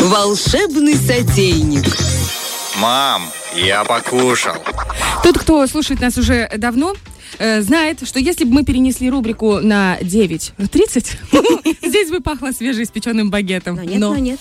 Волшебный сотейник. Мам, я покушал. Тот, кто слушает нас уже давно, знает, что если бы мы перенесли рубрику на 9:30, здесь бы пахло свежеиспеченным багетом. Но нет.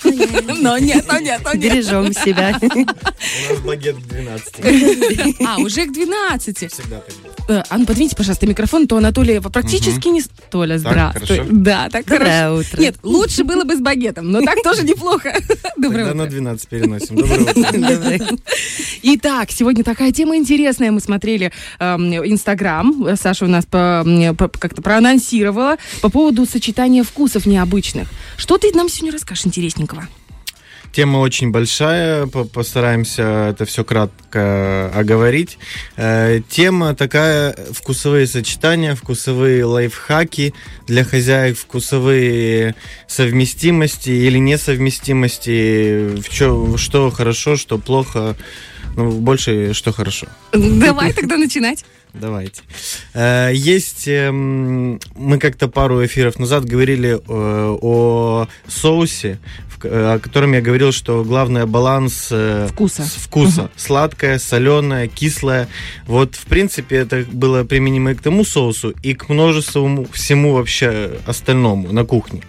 Бережем себя. У нас багет к 12. Уже к 12. Всегда так. А ну подвиньте, пожалуйста, микрофон, то Анатолий практически не... Толя, здравствуй. хорошо? Да, так Доброе хорошо. утро. Нет, лучше было бы с багетом, но так тоже неплохо. Доброе Тогда утро. на 12 переносим. Доброе утро. Итак, сегодня такая тема интересная. Мы смотрели Инстаграм. Саша у нас как-то проанонсировала по поводу сочетания вкусов необычных. Что ты нам сегодня расскажешь интересненького? Тема очень большая, постараемся это все кратко оговорить. Тема такая: вкусовые сочетания, вкусовые лайфхаки для хозяек, вкусовые совместимости или несовместимости, что хорошо, что плохо, больше что хорошо. Давай тогда начинать. Давайте. Есть, мы как-то пару эфиров назад говорили о соусе, о котором я говорил, что главное баланс вкуса. Сладкое, соленое, кислое. Вот, в принципе, это было применимо и к тому соусу, и к множеству всему вообще остальному на кухне.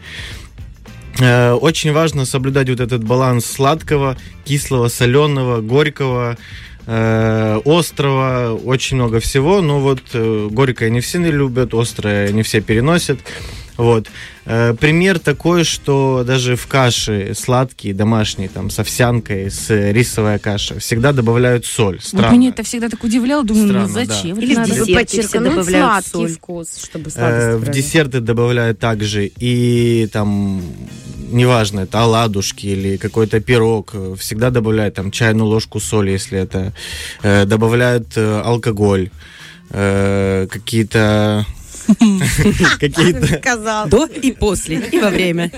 Очень важно соблюдать вот этот баланс сладкого, кислого, соленого, горького, острого, очень много всего. Но вот горькое не все любят, острое не все переносят. Вот. Пример такой, что даже в каше сладкие, домашние, там, с овсянкой, с рисовая каша, всегда добавляют соль. Странно. Вот меня это всегда так удивляло, думаю, Странно, зачем? да. Или в Надо десерте все добавляют сладкий соль. вкус, чтобы сладость В десерты добавляют также и там, неважно, это оладушки или какой-то пирог, всегда добавляют там чайную ложку соли, если это, добавляют алкоголь, какие-то сказал. До и после, и во время.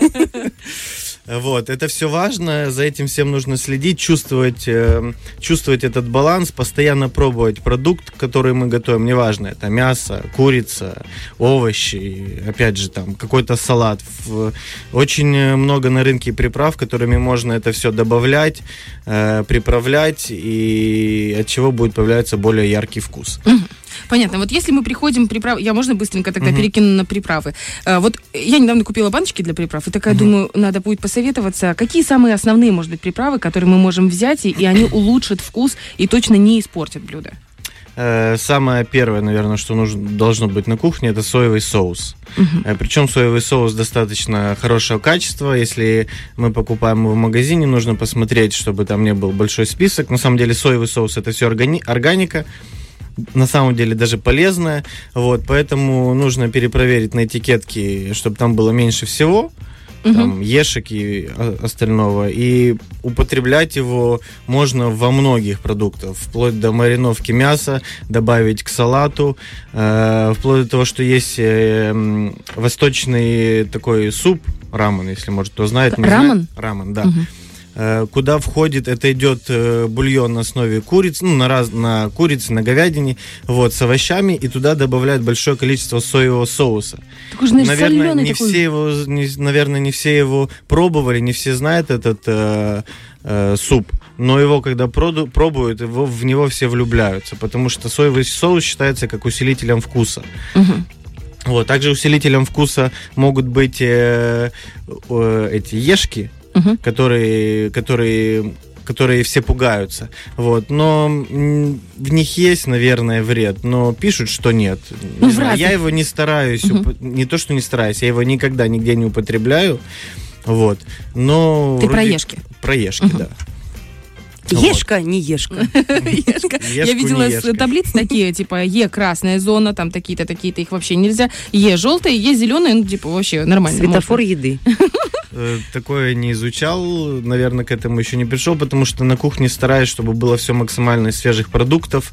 Вот, это все важно, за этим всем нужно следить, чувствовать этот баланс, постоянно пробовать продукт, который мы готовим, неважно, это мясо, курица, овощи, опять же, там, какой-то салат. Очень много на рынке приправ, которыми можно это все добавлять, приправлять, и от чего будет появляться более яркий вкус. Понятно. Вот если мы приходим приправы, можно быстренько тогда перекину на приправы. Вот я недавно купила баночки для приправ, и такая думаю, надо будет посоветоваться, какие самые основные, может быть, приправы, которые мы можем взять, и они улучшат вкус и точно не испортят блюдо. Самое первое, наверное, что должно быть на кухне, это соевый соус. Причем соевый соус достаточно хорошего качества. Если мы покупаем его в магазине, нужно посмотреть, чтобы там не был большой список. На самом деле соевый соус — это все органика. На самом деле даже полезная, вот, поэтому нужно перепроверить на этикетке, чтобы там было меньше всего, там, ешек и остального, и употреблять его можно во многих продуктах, вплоть до мариновки мяса, добавить к салату, вплоть до того, что есть восточный такой суп, рамен, если, может, кто знает. Рамен? Рамен, да. Куда входит, это идет бульон на основе курицы, на курице, на говядине, вот, с овощами, и туда добавляют большое количество соевого соуса. Такой же, знаешь, Наверное, соленый не все его пробовали, не все знают этот суп, но его, когда пробуют, в него все влюбляются, потому что соевый соус считается как усилителем вкуса. Вот, также усилителем вкуса могут быть эти ешки, которые все пугаются. Вот. Но в них есть, наверное, вред, но пишут, что нет. Не знаю, я его не стараюсь, не то, что не стараюсь, я его никогда нигде не употребляю. Вот. Но ты про ешки? Про ешки, да. Ешка, не ешка. Я видела таблицы такие, типа Е красная зона, там такие-то, их вообще нельзя. Е желтая, Е зеленая, вообще нормально. Светофор еды. Такое не изучал, наверное, к этому еще не пришел, потому что на кухне стараюсь, чтобы было все максимально из свежих продуктов.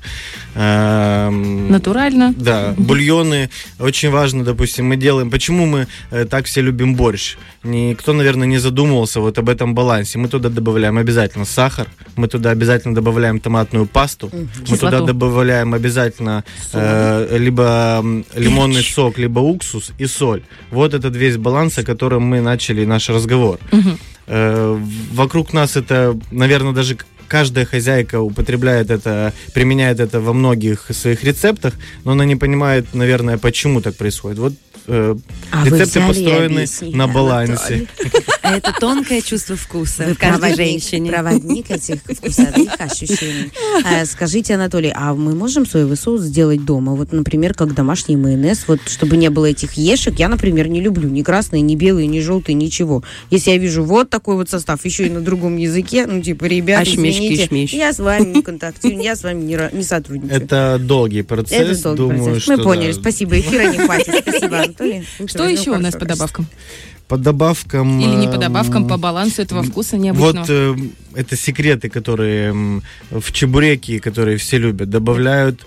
Натурально. Да, бульоны. Очень важно, допустим, мы делаем... Почему мы так все любим борщ? Никто, наверное, не задумывался вот об этом балансе. Мы туда добавляем обязательно сахар, мы туда обязательно добавляем томатную пасту, мы туда добавляем обязательно либо лимонный сок, либо уксус и соль. Вот этот весь баланс, о котором мы начали наш разговор. Вокруг нас это, наверное, даже каждая хозяйка употребляет это, применяет это во многих своих рецептах, но она не понимает, наверное, почему так происходит. Вот рецепты построены на балансе. Это тонкое чувство вкуса в каждой женщине. Проводник этих вкусовых ощущений. Скажите, Анатолий, а мы можем соевый соус сделать дома? Вот, например, как домашний майонез, вот, чтобы не было этих ешек. Я, например, не люблю ни красные, ни белые, ни желтые, ничего. Если я вижу вот такой вот состав, еще и на другом языке, ну, типа, ребята, извините, я с вами не контактирую, я с вами не сотрудничаю. Это долгий процесс. Мы поняли, спасибо, эфира не хватит. Спасибо, Анатолий. Что еще у нас по добавкам? По добавкам... Или не по добавкам, по балансу этого вкуса необычного? Вот это секреты, которые в чебуреки, которые все любят, добавляют...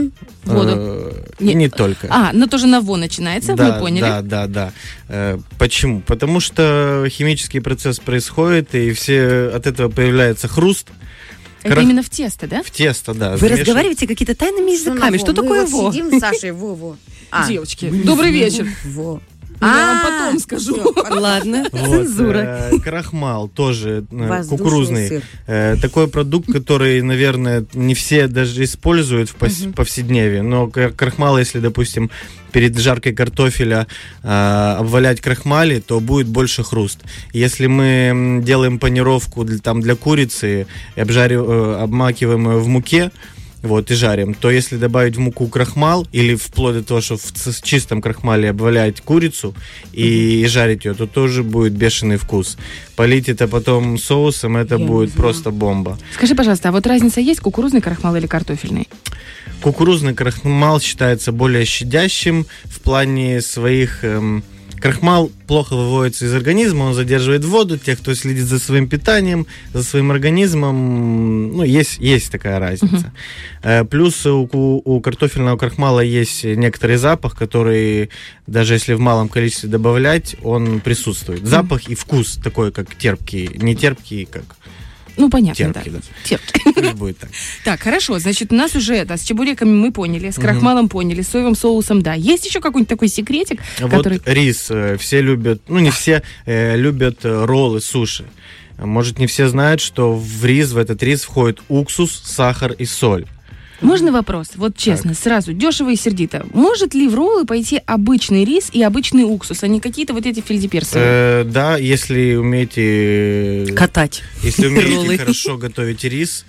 Воду. Не только. Но тоже на «во» начинается, да, мы поняли. Да. Почему? Потому что химический процесс происходит, и все от этого появляется хруст. Это именно в тесто, да? В тесто, да. Вы разговариваете какие-то тайными языками. Что такое «во»? Мы сидим с Сашей во-во. Девочки, добрый вечер. Во. Я вам потом скажу. Ладно, цензура. Крахмал тоже Воздушный кукурузный. сыр. Такой продукт, который, наверное, не все даже используют в повседневе. Но крахмал, если, допустим, перед жаркой картофеля обвалять крахмали, то будет больше хруст. Если мы делаем панировку для курицы и обмакиваем ее в муке, вот, и жарим, то если добавить в муку крахмал, или вплоть до того, что в чистом крахмале обвалять курицу и жарить ее, то тоже будет бешеный вкус. Полить это потом соусом, это будет просто бомба. Скажи, пожалуйста, а вот разница есть, кукурузный крахмал или картофельный? Кукурузный крахмал считается более щадящим в плане своих... Крахмал плохо выводится из организма, он задерживает воду. Те, кто следит за своим питанием, за своим организмом, есть такая разница. Плюс у картофельного крахмала есть некоторый запах, который, даже если в малом количестве добавлять, он присутствует. Запах и вкус такой, как терпкий, не терпкий, как... понятно, терпкий, да. Терпкий. Будет так. Так, хорошо, значит, у нас уже с чебуреками мы поняли, с крахмалом поняли, с соевым соусом, да. Есть еще какой-нибудь такой секретик, который... Вот рис. Все любят, не все любят роллы, суши. Может, не все знают, что в этот рис входит уксус, сахар и соль. Можно вопрос? Вот честно, сразу, дешево и сердито. Может ли в роллы пойти обычный рис и обычный уксус, а не какие-то вот эти фельдеперсовые? Да, если умеете... Катать. Если умеете хорошо готовить рис,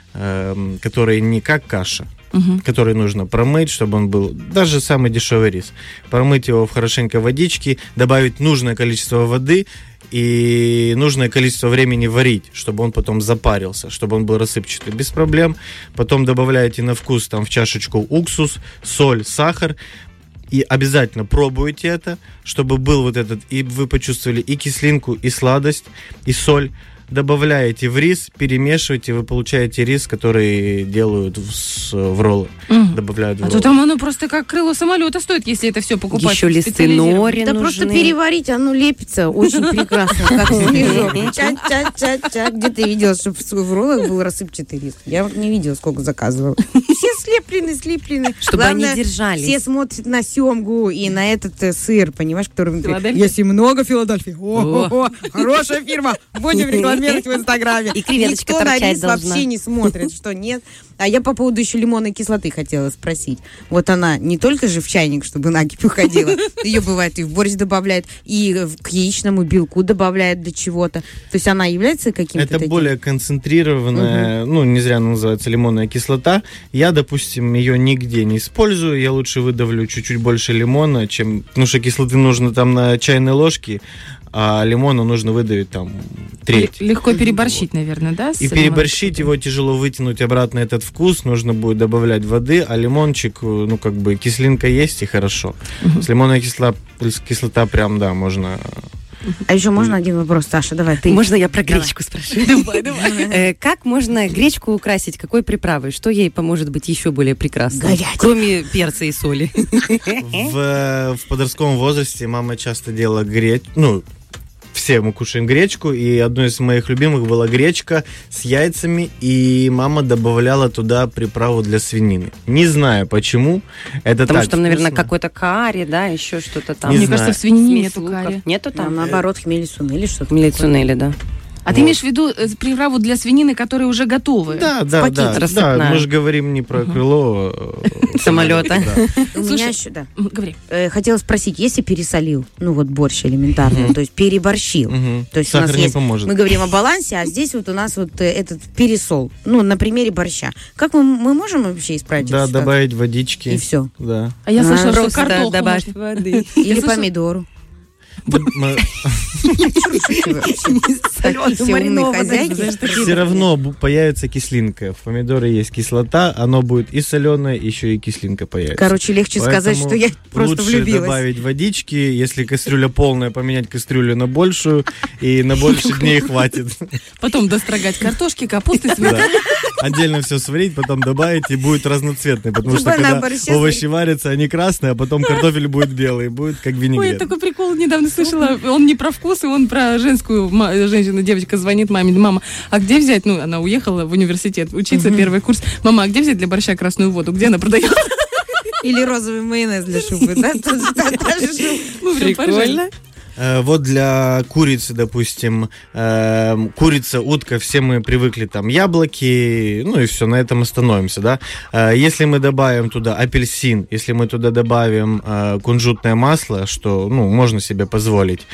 который не как каша, который нужно промыть, чтобы он был, даже самый дешевый рис, промыть его в хорошенькой водичке, добавить нужное количество воды и нужное количество времени варить, чтобы он потом запарился, чтобы он был рассыпчатый, без проблем. Потом добавляете на вкус в чашечку уксус, соль, сахар. И обязательно пробуйте это, чтобы был вот этот, и вы почувствовали и кислинку, и сладость, и соль. Добавляете в рис, перемешиваете, вы получаете рис, который делают в роллы. Добавляют в роллы. А то там оно просто как крыло самолета стоит, если это все покупать. Еще листы нори Да нужны. просто переварить, оно лепится очень прекрасно, как снежок. Ча-ча-ча-ча. Где ты видела, чтобы в роллах был рассыпчатый рис? Я не видела, сколько заказывала. Все слеплены. Чтобы они держались. Все смотрят на семгу и на этот сыр, понимаешь, который внутри. Филадельфия? Есть и много Филадельфии. О, хорошая фирма. Будем рекламировать в Инстаграме. И креветочка Никто на торчать рис должна. вообще не смотрит, что нет. А я по поводу еще лимонной кислоты хотела спросить. Вот она не только же в чайник, чтобы накипь уходила. Ее бывает и в борщ добавляет, и к яичному белку добавляет для чего-то. То есть она является каким-то Это таким... более концентрированная, не зря она называется лимонная кислота. Я, допустим, ее нигде не использую. Я лучше выдавлю чуть-чуть больше лимона, потому что кислоты нужно на чайной ложке, а лимона нужно выдавить треть. Легко переборщить, наверное, да? И переборщить его тяжело вытянуть обратно этот вкус, нужно будет добавлять воды, а лимончик, кислинка есть и хорошо. С лимонной кислота прям, да, можно... А еще можно один вопрос, Саша, давай ты. Можно я про гречку спрошу? Давай. Как можно гречку украсить? Какой приправой? Что ей поможет быть еще более прекрасной? Говядина. Кроме перца и соли. В подростковом возрасте мама часто делала гречку. все мы кушаем гречку, и одной из моих любимых была гречка с яйцами, и мама добавляла туда приправу для свинины. Не знаю почему. Это Потому так что там, наверное, вкусно. какой-то карри, да, еще что-то там. Не Мне знаю. кажется, в свинине Смесь нету луков. карри. Нету Там, там? наоборот, хмели-сунели, что-то Милицунели, да. А ты имеешь в виду приправу для свинины, которые уже готовы? Да, пакете рассыпная. мы же говорим не про крыло Самолета. У меня Слушай, еще, да. Говори. Хотела спросить, если пересолил, ну вот борщ элементарно, то есть переборщил, то есть у Сахар нас не есть, поможет. мы говорим о балансе, а здесь вот у нас вот этот пересол, ну на примере борща. Как мы можем вообще исправить Да, эту ситуацию? добавить водички. И все. Да. А я слышала, что Просто картоху добавь можно. воды. Или слышала- помидору. Мы- Все умные хозяйки. Все равно появится кислинка. В помидоре есть кислота, оно будет и соленое, еще и кислинка появится. Короче, легче сказать, Поэтому что я просто лучше влюбилась. добавить водички, если кастрюля полная, поменять кастрюлю на большую, и на больше дней хватит. Потом дострогать картошки, капусты, свеклы. Да. Отдельно все сварить, потом добавить, и будет разноцветный. Потому что Типа на когда борще овощи варятся, они красные, а потом картофель будет белый, будет как Ой, я винегрет. такой прикол недавно слышала. Он не про вкус, и он про женскую. Женщина, девочка звонит маме: мама, а где взять? Ну, она уехала в университет учиться, первый курс. Мама, а где взять для борща красную воду? Где она продает? Или розовый майонез для шубы, да? Та же шуба. Мы прям поржали. Вот для курицы, допустим, курица, утка, все мы привыкли там яблоки, ну и все, на этом остановимся, да. Если мы добавим туда апельсин, если мы туда добавим кунжутное масло, что, ну, можно себе позволить,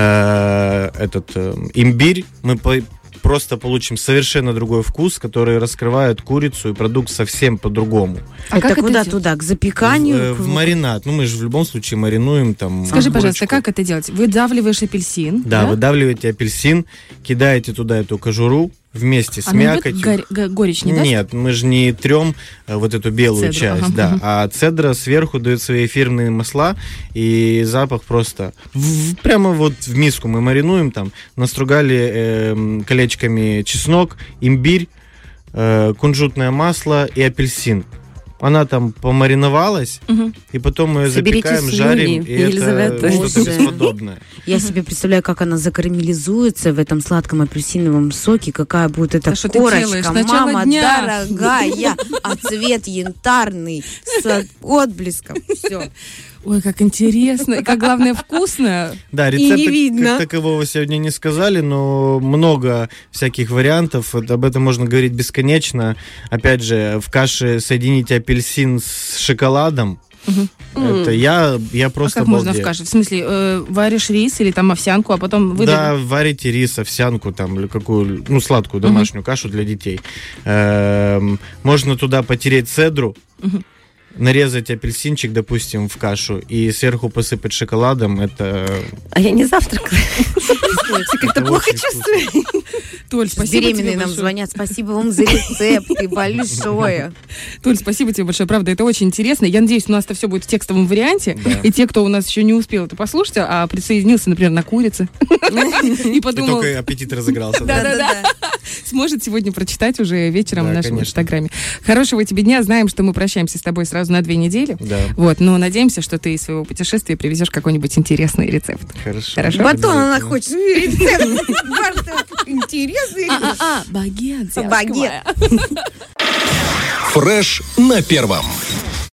имбирь, мы просто получим совершенно другой вкус, который раскрывает курицу и продукт совсем по-другому. А Это как куда это делать? туда? К запеканию? В маринад. Ну, мы же в любом случае маринуем там. Скажи, пожалуйста, курочку. как это делать? Выдавливаешь апельсин. Да, выдавливаете апельсин, кидаете туда эту кожуру вместе с Она мякотью. горечь не даст? Нет, мы же не трем вот эту белую Цедру, часть, ага. да, а цедра сверху дает свои эфирные масла, и запах просто прямо вот в миску мы маринуем там, настругали колечками чеснок, имбирь, кунжутное масло и апельсин. Она там помариновалась, и потом мы ее Соберите запекаем, слюни, жарим, и Елизавета. это что-то Боже. бесподобное. Я себе представляю, как она закарамелизуется в этом сладком апельсиновом соке, какая будет эта Да что ты корочка. делаешь? Начало Мама дня. дорогая, а цвет янтарный, с отблеском. Все. Ой, как интересно. И как главное, вкусно. Да, И не рецепта видно. как такового сегодня не сказали, но много всяких вариантов. Вот об этом можно говорить бесконечно. Опять же, в каше соедините апельсин с шоколадом. Это я А просто как можно в обалдею. каше? В смысле, варишь рис или там овсянку, а потом Да, варите рис, овсянку там, или какую, ну, сладкую домашнюю кашу для детей. Можно туда потереть цедру, нарезать апельсинчик, допустим, в кашу и сверху посыпать шоколадом. Это А я не завтракала. Как-то плохо очень вкусно. чувствую. Толь, спасибо Беременные тебе нам большое. звонят. Спасибо вам за рецепты большое. Толь, спасибо тебе большое, правда, это очень интересно. Я надеюсь, у нас это все будет в текстовом варианте. Да. И те, кто у нас еще не успел это послушать, а присоединился, например, на курице, и И подумал, только аппетит разыгрался. да. Да-да-да. сможет сегодня прочитать уже вечером Да, в нашем конечно. инстаграме. Хорошего тебе дня. Знаем, что мы прощаемся с тобой сразу на 2 недели. Да. Вот, но надеемся, что ты из своего путешествия привезешь какой-нибудь интересный рецепт. Хорошо. Хорошо. Батон она хочет. Рецепт. Интересный. Багет, девушка Багет. моя. Фреш на первом.